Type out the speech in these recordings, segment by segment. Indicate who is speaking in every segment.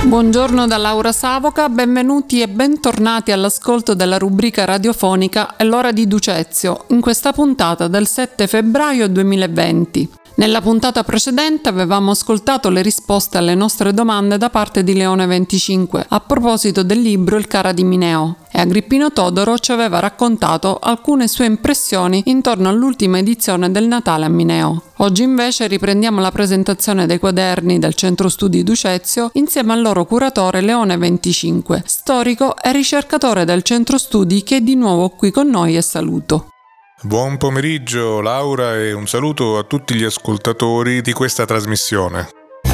Speaker 1: Buongiorno da Laura Savoca, benvenuti e bentornati all'ascolto della rubrica radiofonica È l'ora di Ducezio, in questa puntata del 7 febbraio 2020. Nella puntata precedente avevamo ascoltato le risposte alle nostre domande da parte di Leone25 a proposito del libro Il Cara di Mineo e Agrippino Todoro ci aveva raccontato alcune sue impressioni intorno all'ultima edizione del Natale a Mineo. Oggi invece riprendiamo la presentazione dei quaderni del Centro Studi Ducezio insieme al loro curatore Leone25, storico e ricercatore del Centro Studi che è di nuovo qui con noi e saluto.
Speaker 2: Buon pomeriggio Laura e un saluto a tutti gli ascoltatori di questa trasmissione.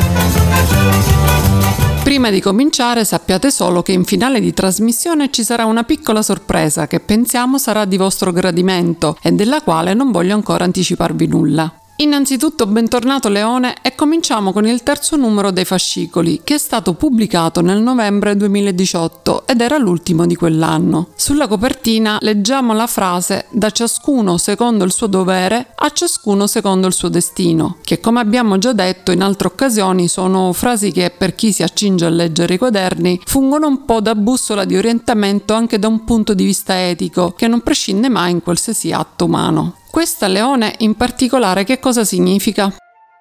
Speaker 1: Prima di cominciare sappiate solo che in finale di trasmissione ci sarà una piccola sorpresa che pensiamo sarà di vostro gradimento e della quale non voglio ancora anticiparvi nulla. Innanzitutto bentornato Leone e cominciamo con il terzo numero dei fascicoli che è stato pubblicato nel novembre 2018 ed era l'ultimo di quell'anno. Sulla copertina leggiamo la frase da ciascuno secondo il suo dovere a ciascuno secondo il suo destino, che come abbiamo già detto in altre occasioni sono frasi che per chi si accinge a leggere i quaderni fungono un po' da bussola di orientamento anche da un punto di vista etico che non prescinde mai in qualsiasi atto umano. Questa Leone in particolare che cosa significa?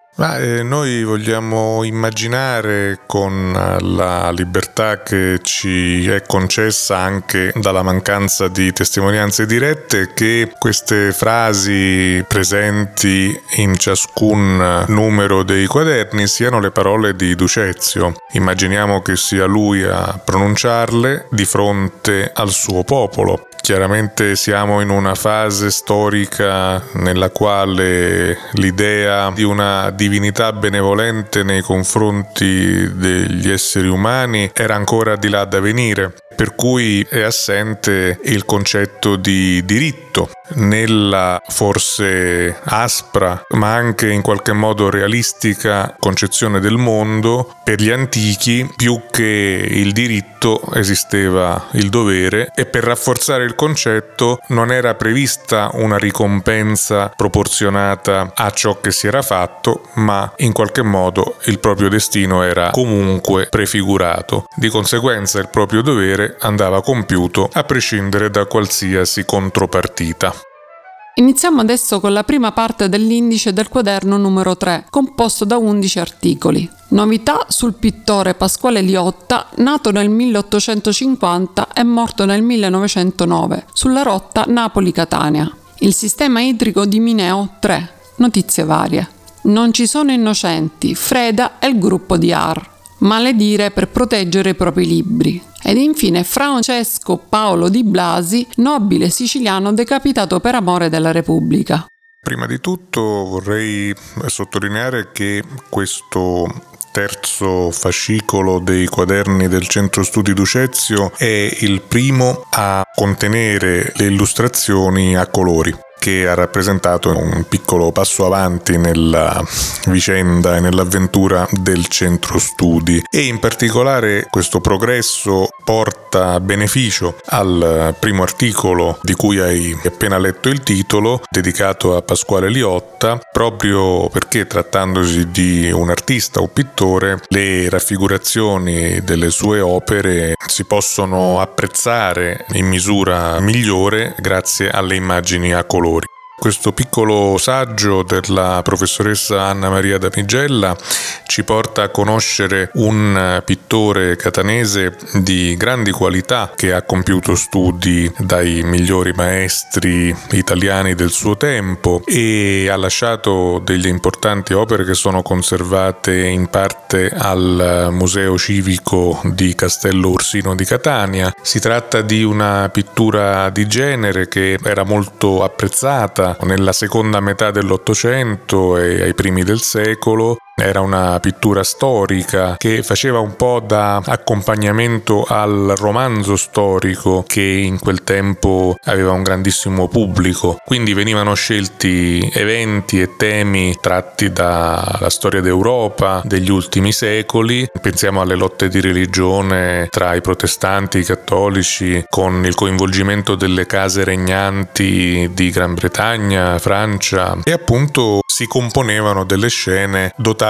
Speaker 2: Noi vogliamo immaginare con la libertà che ci è concessa anche dalla mancanza di testimonianze dirette che queste frasi presenti in ciascun numero dei quaderni siano le parole di Ducezio. Immaginiamo che sia lui a pronunciarle di fronte al suo popolo. Chiaramente siamo in una fase storica nella quale l'idea di una divinità benevolente nei confronti degli esseri umani era ancora di là da venire, per cui è assente il concetto di diritto nella forse aspra ma anche in qualche modo realistica concezione del mondo. Per gli antichi più che il diritto esisteva il dovere e per rafforzare il concetto non era prevista una ricompensa proporzionata a ciò che si era fatto, ma in qualche modo il proprio destino era comunque prefigurato. Di conseguenza il proprio dovere andava compiuto a prescindere da qualsiasi contropartita.
Speaker 1: Iniziamo adesso con la prima parte dell'indice del quaderno numero 3, composto da 11 articoli. Novità sul pittore Pasquale Liotta, nato nel 1850 e morto nel 1909, sulla rotta Napoli-Catania. Il sistema idrico di Mineo 3, notizie varie. Non ci sono innocenti, Freda e il gruppo di Ar. Maledire per proteggere i propri libri. Ed infine Francesco Paolo Di Blasi, nobile siciliano decapitato per amore della Repubblica.
Speaker 2: Prima di tutto vorrei sottolineare che questo terzo fascicolo dei quaderni del Centro Studi Ducezio è il primo a contenere le illustrazioni a colori, che ha rappresentato un piccolo passo avanti nella vicenda e nell'avventura del Centro Studi e in particolare questo progresso porta beneficio al primo articolo di cui hai appena letto il titolo, dedicato a Pasquale Liotta, proprio perché trattandosi di un artista o pittore le raffigurazioni delle sue opere si possono apprezzare in misura migliore grazie alle immagini a colori. Questo piccolo saggio della professoressa Anna Maria Damigella ci porta a conoscere un pittore catanese di grandi qualità che ha compiuto studi dai migliori maestri italiani del suo tempo e ha lasciato delle importanti opere che sono conservate in parte al Museo Civico di Castello Ursino di Catania. Si tratta di una pittura di genere che era molto apprezzata nella seconda metà dell'Ottocento e ai primi del secolo. Era una pittura storica che faceva un po' da accompagnamento al romanzo storico che in quel tempo aveva un grandissimo pubblico. Quindi venivano scelti eventi e temi tratti dalla storia d'Europa degli ultimi secoli. Pensiamo alle lotte di religione tra i protestanti e i cattolici, con il coinvolgimento delle case regnanti di Gran Bretagna, Francia, e appunto si componevano delle scene dotate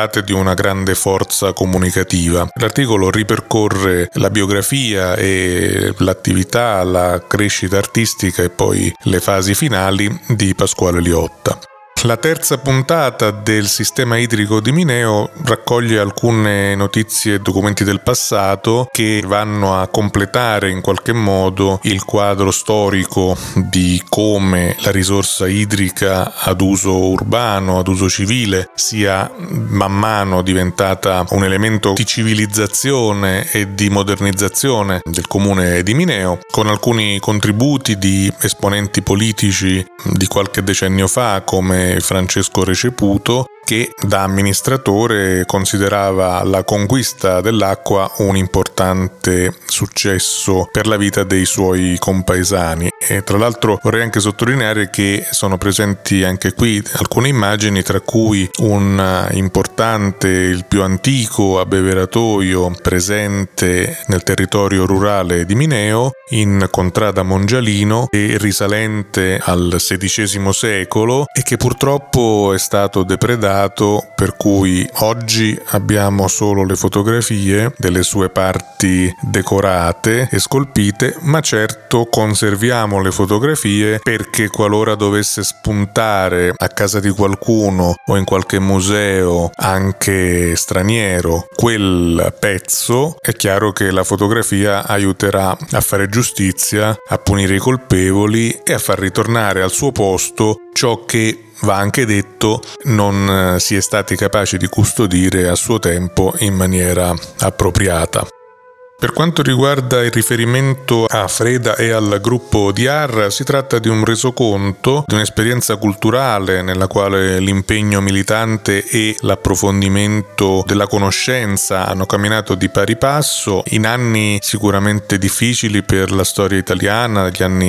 Speaker 2: dotate di una grande forza comunicativa. L'articolo ripercorre la biografia e l'attività, la crescita artistica e poi le fasi finali di Pasquale Liotta. La terza puntata del sistema idrico di Mineo raccoglie alcune notizie e documenti del passato che vanno a completare in qualche modo il quadro storico di come la risorsa idrica ad uso urbano, ad uso civile, sia man mano diventata un elemento di civilizzazione e di modernizzazione del comune di Mineo, con alcuni contributi di esponenti politici di qualche decennio fa come Francesco Receputo, che da amministratore considerava la conquista dell'acqua un importante successo per la vita dei suoi compaesani. E tra l'altro vorrei anche sottolineare che sono presenti anche qui alcune immagini, tra cui un importante, il più antico abbeveratoio presente nel territorio rurale di Mineo, in contrada Mongialino, e risalente al XVI secolo e che purtroppo è stato depredato, per cui oggi abbiamo solo le fotografie delle sue parti decorate e scolpite, ma certo conserviamo le fotografie perché qualora dovesse spuntare a casa di qualcuno o in qualche museo anche straniero quel pezzo, è chiaro che la fotografia aiuterà a fare giustizia, a punire i colpevoli e a far ritornare al suo posto ciò che, va anche detto, non si è stati capaci di custodire a suo tempo in maniera appropriata. Per quanto riguarda il riferimento a Freda e al gruppo di Ar, si tratta di un resoconto di un'esperienza culturale nella quale l'impegno militante e l'approfondimento della conoscenza hanno camminato di pari passo in anni sicuramente difficili per la storia italiana, gli anni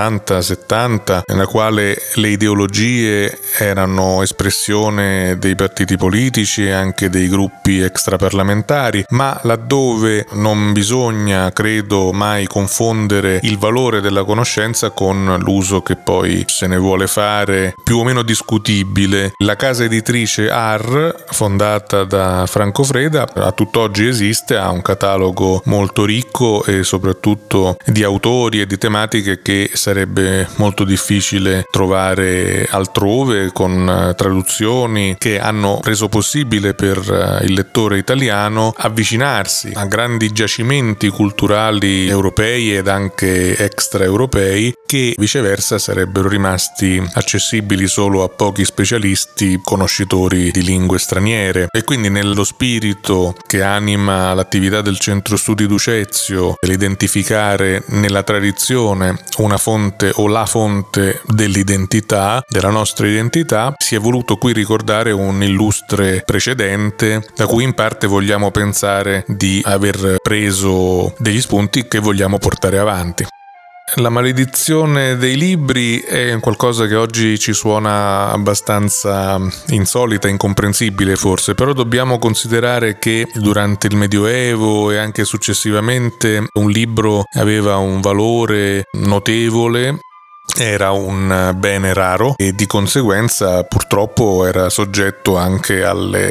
Speaker 2: 60-70, nella quale le ideologie erano espressione dei partiti politici e anche dei gruppi extraparlamentari, ma laddove non bisogna, credo, mai confondere il valore della conoscenza con l'uso che poi se ne vuole fare, più o meno discutibile. La casa editrice Ar, fondata da Franco Freda, a tutt'oggi esiste, ha un catalogo molto ricco e soprattutto di autori e di tematiche che sarebbe molto difficile trovare altrove, con traduzioni che hanno reso possibile per il lettore italiano avvicinarsi a grandi giacimenti culturali europei ed anche extraeuropei che viceversa sarebbero rimasti accessibili solo a pochi specialisti conoscitori di lingue straniere. E quindi nello spirito che anima l'attività del Centro Studi Ducezio, l'identificare nella tradizione una fonte o la fonte dell'identità, della nostra identità, si è voluto qui ricordare un illustre precedente da cui in parte vogliamo pensare di aver preso degli spunti che vogliamo portare avanti. La maledizione dei libri è qualcosa che oggi ci suona abbastanza insolita, incomprensibile forse, però dobbiamo considerare che durante il Medioevo e anche successivamente un libro aveva un valore notevole, era un bene raro e di conseguenza purtroppo era soggetto anche alle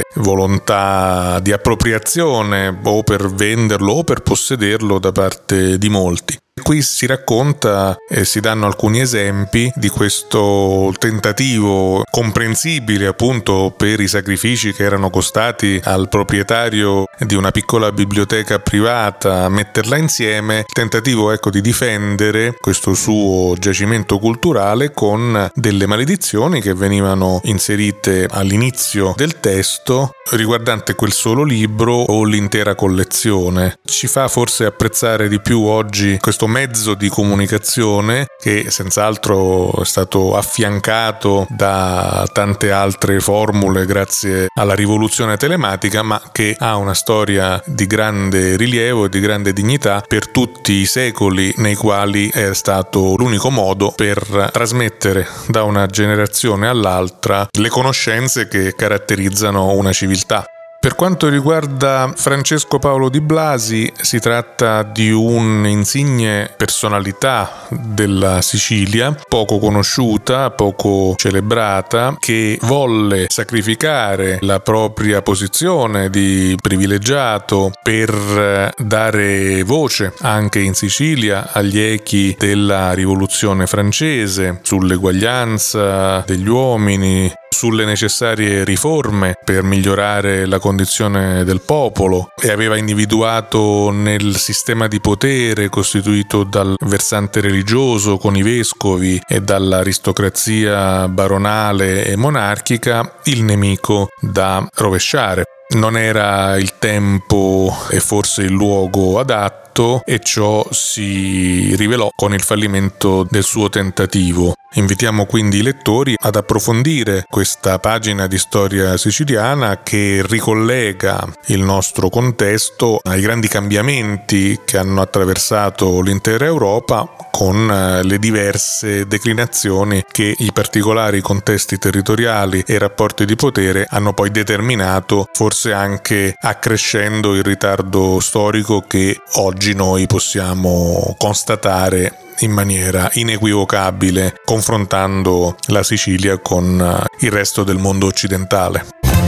Speaker 2: volontà di appropriazione o per venderlo o per possederlo da parte di molti. Qui si racconta e si danno alcuni esempi di questo tentativo comprensibile appunto per i sacrifici che erano costati al proprietario di una piccola biblioteca privata metterla insieme, il tentativo di difendere questo suo giacimento culturale con delle maledizioni che venivano inserite all'inizio del testo riguardante quel solo libro o l'intera collezione. Ci fa forse apprezzare di più oggi questo mezzo di comunicazione che senz'altro è stato affiancato da tante altre formule grazie alla rivoluzione telematica, ma che ha una storia di grande rilievo e di grande dignità per tutti i secoli nei quali è stato l'unico modo per trasmettere da una generazione all'altra le conoscenze che caratterizzano una civiltà. Per quanto riguarda Francesco Paolo Di Blasi, si tratta di un'insigne personalità della Sicilia, poco conosciuta, poco celebrata, che volle sacrificare la propria posizione di privilegiato per dare voce anche in Sicilia agli echi della Rivoluzione francese, sull'eguaglianza degli uomini, sulle necessarie riforme per migliorare la condizione del popolo, e aveva individuato nel sistema di potere costituito dal versante religioso con i vescovi e dall'aristocrazia baronale e monarchica il nemico da rovesciare. Non era il tempo e forse il luogo adatto, e ciò si rivelò con il fallimento del suo tentativo. Invitiamo quindi i lettori ad approfondire questa pagina di storia siciliana che ricollega il nostro contesto ai grandi cambiamenti che hanno attraversato l'intera Europa, con le diverse declinazioni che i particolari contesti territoriali e rapporti di potere hanno poi determinato, forse anche accrescendo il ritardo storico che oggi noi possiamo constatare in maniera inequivocabile, confrontando la Sicilia con il resto del mondo occidentale.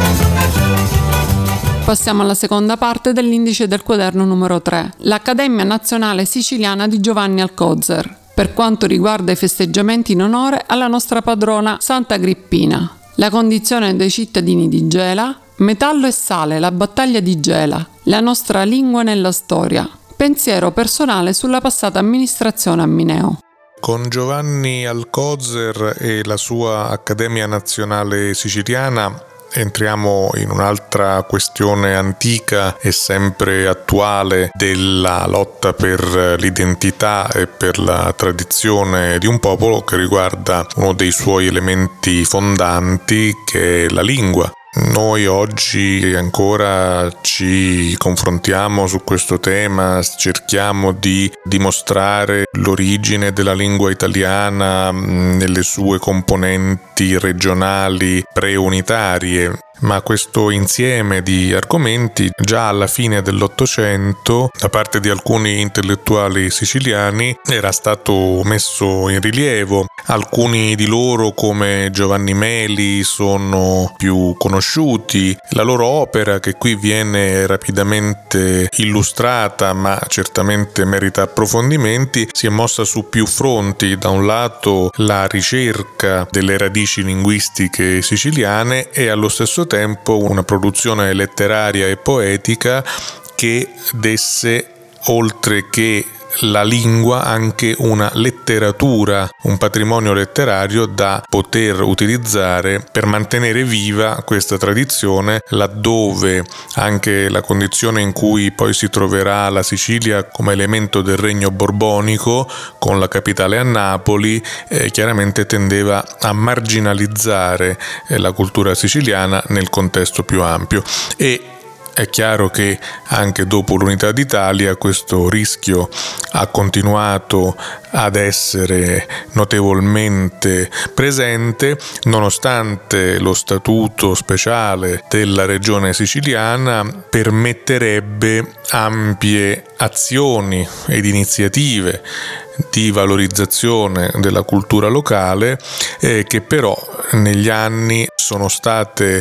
Speaker 1: Passiamo alla seconda parte dell'indice del quaderno numero 3, l'Accademia Nazionale Siciliana di Giovanni Alcozer, per quanto riguarda i festeggiamenti in onore alla nostra padrona Santa Agrippina, la condizione dei cittadini di Gela, metallo e sale, la battaglia di Gela, la nostra lingua nella storia, pensiero personale sulla passata amministrazione a Mineo.
Speaker 2: Con Giovanni Alcozer e la sua Accademia Nazionale Siciliana entriamo in un'altra questione antica e sempre attuale della lotta per l'identità e per la tradizione di un popolo, che riguarda uno dei suoi elementi fondanti, che è la lingua. Noi oggi ancora ci confrontiamo su questo tema, cerchiamo di dimostrare l'origine della lingua italiana nelle sue componenti regionali preunitarie, ma questo insieme di argomenti già alla fine dell'Ottocento, da parte di alcuni intellettuali siciliani, era stato messo in rilievo. Alcuni di loro, come Giovanni Meli, sono più conosciuti. La loro opera, che qui viene rapidamente illustrata ma certamente merita approfondimenti, si è mossa su più fronti. Da un lato la ricerca delle radici linguistiche siciliane e allo stesso tempo una produzione letteraria e poetica che desse, oltre che la lingua, anche una letteratura, un patrimonio letterario da poter utilizzare per mantenere viva questa tradizione, laddove anche la condizione in cui poi si troverà la Sicilia come elemento del regno borbonico, con la capitale a Napoli, chiaramente tendeva a marginalizzare la cultura siciliana nel contesto più ampio. E è chiaro che anche dopo l'unità d'Italia questo rischio ha continuato ad essere notevolmente presente, nonostante lo statuto speciale della regione siciliana permetterebbe ampie azioni ed iniziative di valorizzazione della cultura locale, che però negli anni sono state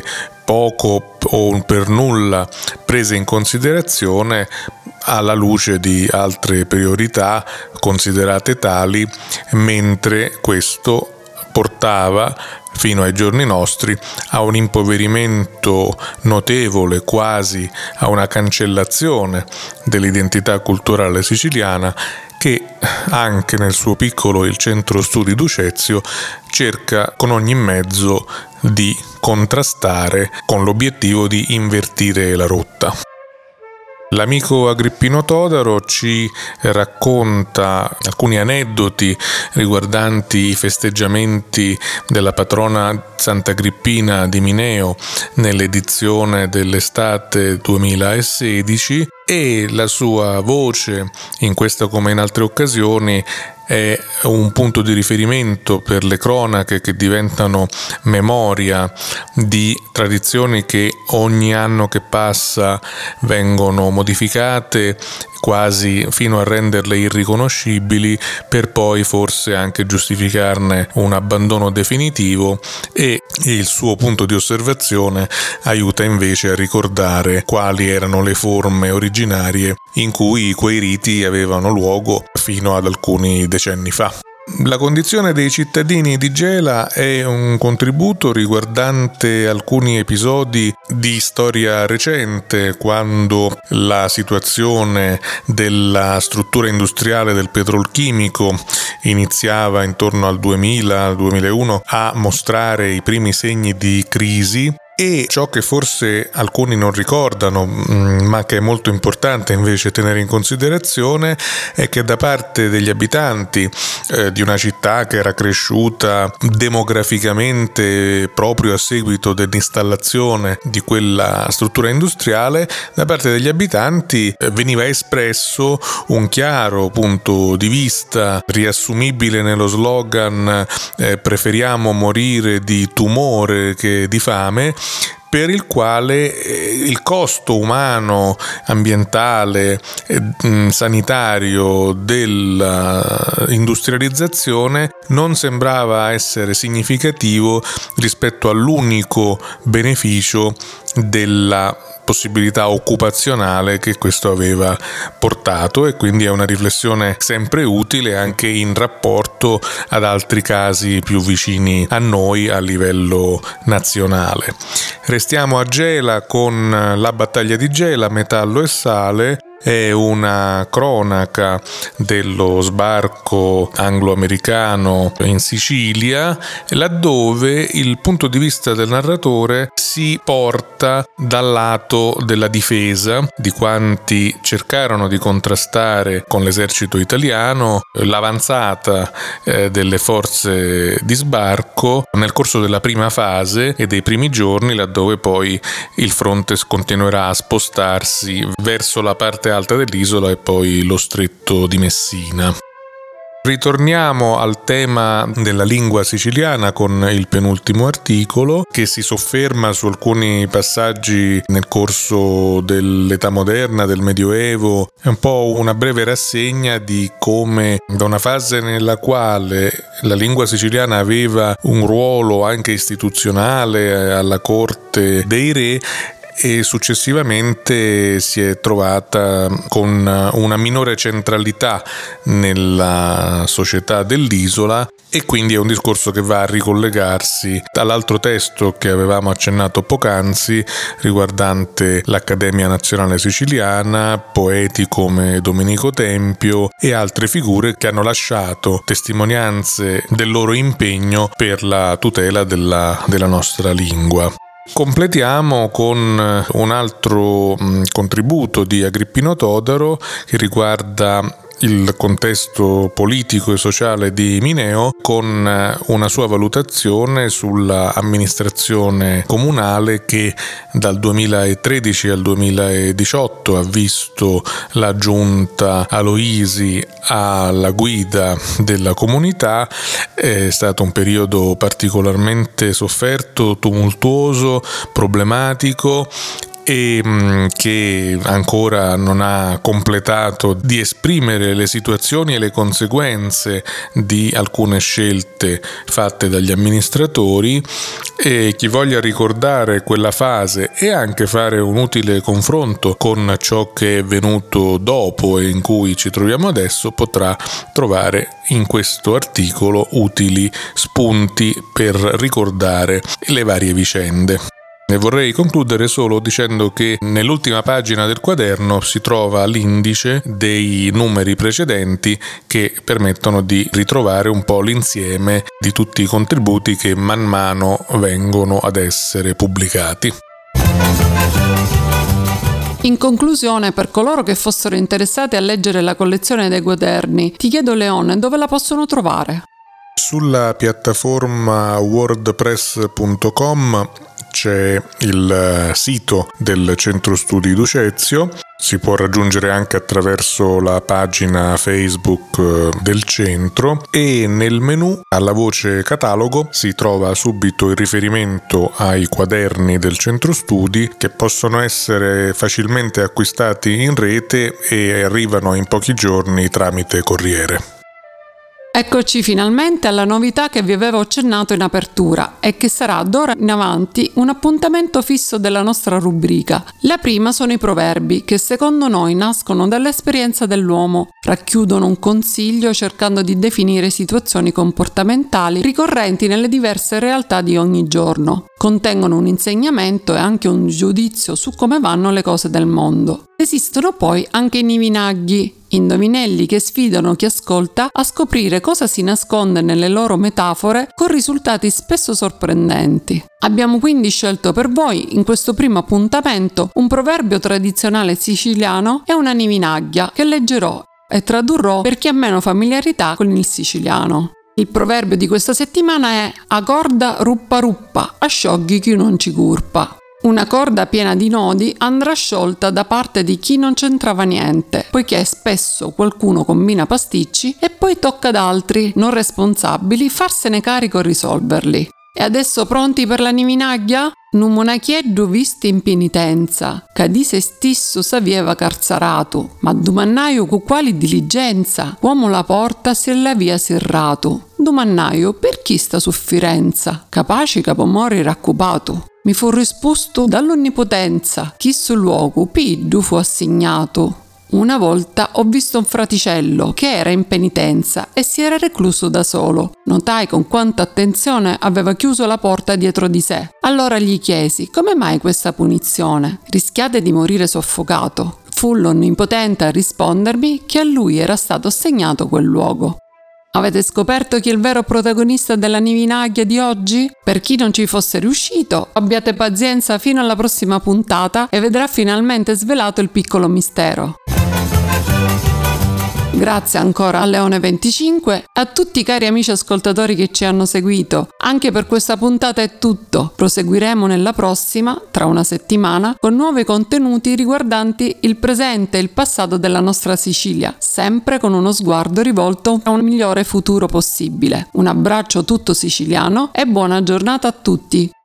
Speaker 2: poco o per nulla prese in considerazione, alla luce di altre priorità considerate tali, mentre questo portava fino ai giorni nostri a un impoverimento notevole, quasi a una cancellazione dell'identità culturale siciliana, che anche nel suo piccolo il Centro Studi Ducezio cerca con ogni mezzo di contrastare, con l'obiettivo di invertire la rotta. L'amico Agrippino Todaro ci racconta alcuni aneddoti riguardanti i festeggiamenti della patrona Santa Agrippina di Mineo nell'edizione dell'estate 2016, e la sua voce, in questa come in altre occasioni, è un punto di riferimento per le cronache che diventano memoria di tradizioni che ogni anno che passa vengono modificate quasi fino a renderle irriconoscibili, per poi forse anche giustificarne un abbandono definitivo, e il suo punto di osservazione aiuta invece a ricordare quali erano le forme originarie in cui quei riti avevano luogo fino ad alcuni decenni fa. La condizione dei cittadini di Gela è un contributo riguardante alcuni episodi di storia recente, quando la situazione della struttura industriale del petrolchimico iniziava intorno al 2000-2001 a mostrare i primi segni di crisi. E ciò che forse alcuni non ricordano, ma che è molto importante invece tenere in considerazione, è che da parte degli abitanti di una città che era cresciuta demograficamente proprio a seguito dell'installazione di quella struttura industriale, da parte degli abitanti veniva espresso un chiaro punto di vista riassumibile nello slogan "preferiamo morire di tumore che di fame", per il quale il costo umano, ambientale, sanitario dell'industrializzazione non sembrava essere significativo rispetto all'unico beneficio della possibilità occupazionale che questo aveva portato, e quindi è una riflessione sempre utile anche in rapporto ad altri casi più vicini a noi a livello nazionale. Restiamo a Gela con la battaglia di Gela, metallo e sale. È una cronaca dello sbarco anglo-americano in Sicilia, laddove il punto di vista del narratore si porta dal lato della difesa di quanti cercarono di contrastare con l'esercito italiano l'avanzata delle forze di sbarco nel corso della prima fase e dei primi giorni, laddove poi il fronte continuerà a spostarsi verso la parte alta dell'isola e poi lo stretto di Messina. Ritorniamo al tema della lingua siciliana con il penultimo articolo, che si sofferma su alcuni passaggi nel corso dell'età moderna, del Medioevo. È un po' una breve rassegna di come, da una fase nella quale la lingua siciliana aveva un ruolo anche istituzionale alla corte dei re, e successivamente si è trovata con una minore centralità nella società dell'isola, e quindi è un discorso che va a ricollegarsi all'altro testo che avevamo accennato poc'anzi riguardante l'Accademia Nazionale Siciliana, poeti come Domenico Tempio e altre figure che hanno lasciato testimonianze del loro impegno per la tutela della nostra lingua. Completiamo con un altro contributo di Agrippino Todaro che riguarda il contesto politico e sociale di Mineo, con una sua valutazione sull'amministrazione comunale che dal 2013 al 2018 ha visto la giunta Aloisi alla guida della comunità. È stato un periodo particolarmente sofferto, tumultuoso, problematico, e che ancora non ha completato di esprimere le situazioni e le conseguenze di alcune scelte fatte dagli amministratori. E chi voglia ricordare quella fase e anche fare un utile confronto con ciò che è venuto dopo e in cui ci troviamo adesso potrà trovare in questo articolo utili spunti per ricordare le varie vicende. E vorrei concludere solo dicendo che nell'ultima pagina del quaderno si trova l'indice dei numeri precedenti che permettono di ritrovare un po' l'insieme di tutti i contributi che man mano vengono ad essere pubblicati.
Speaker 1: In conclusione, per coloro che fossero interessati a leggere la collezione dei quaderni, ti chiedo, Leone, dove la possono trovare?
Speaker 2: Sulla piattaforma wordpress.com c'è il sito del Centro Studi Ducezio, Si può raggiungere anche attraverso la pagina Facebook del centro e nel menu alla voce catalogo si trova subito il riferimento ai quaderni del centro studi che possono essere facilmente acquistati in rete e arrivano in pochi giorni tramite corriere.
Speaker 1: Eccoci finalmente alla novità che vi avevo accennato in apertura e che sarà d'ora in avanti un appuntamento fisso della nostra rubrica. La prima sono i proverbi, che secondo noi nascono dall'esperienza dell'uomo, racchiudono un consiglio cercando di definire situazioni comportamentali ricorrenti nelle diverse realtà di ogni giorno. Contengono un insegnamento e anche un giudizio su come vanno le cose del mondo. Esistono poi anche i nivinaghi, indovinelli che sfidano chi ascolta a scoprire cosa si nasconde nelle loro metafore con risultati spesso sorprendenti. Abbiamo quindi scelto per voi in questo primo appuntamento un proverbio tradizionale siciliano e una nivinaggia che leggerò e tradurrò per chi ha meno familiarità con il siciliano. Il proverbio di questa settimana è "A corda ruppa ruppa, ascioghi chi non ci curpa". Una corda piena di nodi andrà sciolta da parte di chi non c'entrava niente, poiché spesso qualcuno combina pasticci e poi tocca ad altri, non responsabili, farsene carico e risolverli. E adesso pronti per la nivinaggia? Nu monachieddu visti in penitenza, ca di se stesso s'avieva carzarato, ma dumannaio cu quali diligenza, uomo la porta se la via serrato. Dumannaio per chi sta soffirenza, capaci capo mori raccupato. Mi fu risposto dall'onnipotenza, chi sul luogo piddu fu assegnato. Una volta ho visto un fraticello che era in penitenza e si era recluso da solo. Notai con quanta attenzione aveva chiuso la porta dietro di sé. Allora gli chiesi: come mai questa punizione? Rischiate di morire soffocato. Fu l'onnipotente a rispondermi che a lui era stato assegnato quel luogo. Avete scoperto chi è il vero protagonista della nivinaggia di oggi? Per chi non ci fosse riuscito, abbiate pazienza fino alla prossima puntata e vedrà finalmente svelato il piccolo mistero. Grazie ancora a Leone25 e a tutti i cari amici ascoltatori che ci hanno seguito. Anche per questa puntata è tutto. Proseguiremo nella prossima, tra una settimana, con nuovi contenuti riguardanti il presente e il passato della nostra Sicilia, sempre con uno sguardo rivolto a un migliore futuro possibile. Un abbraccio tutto siciliano e buona giornata a tutti.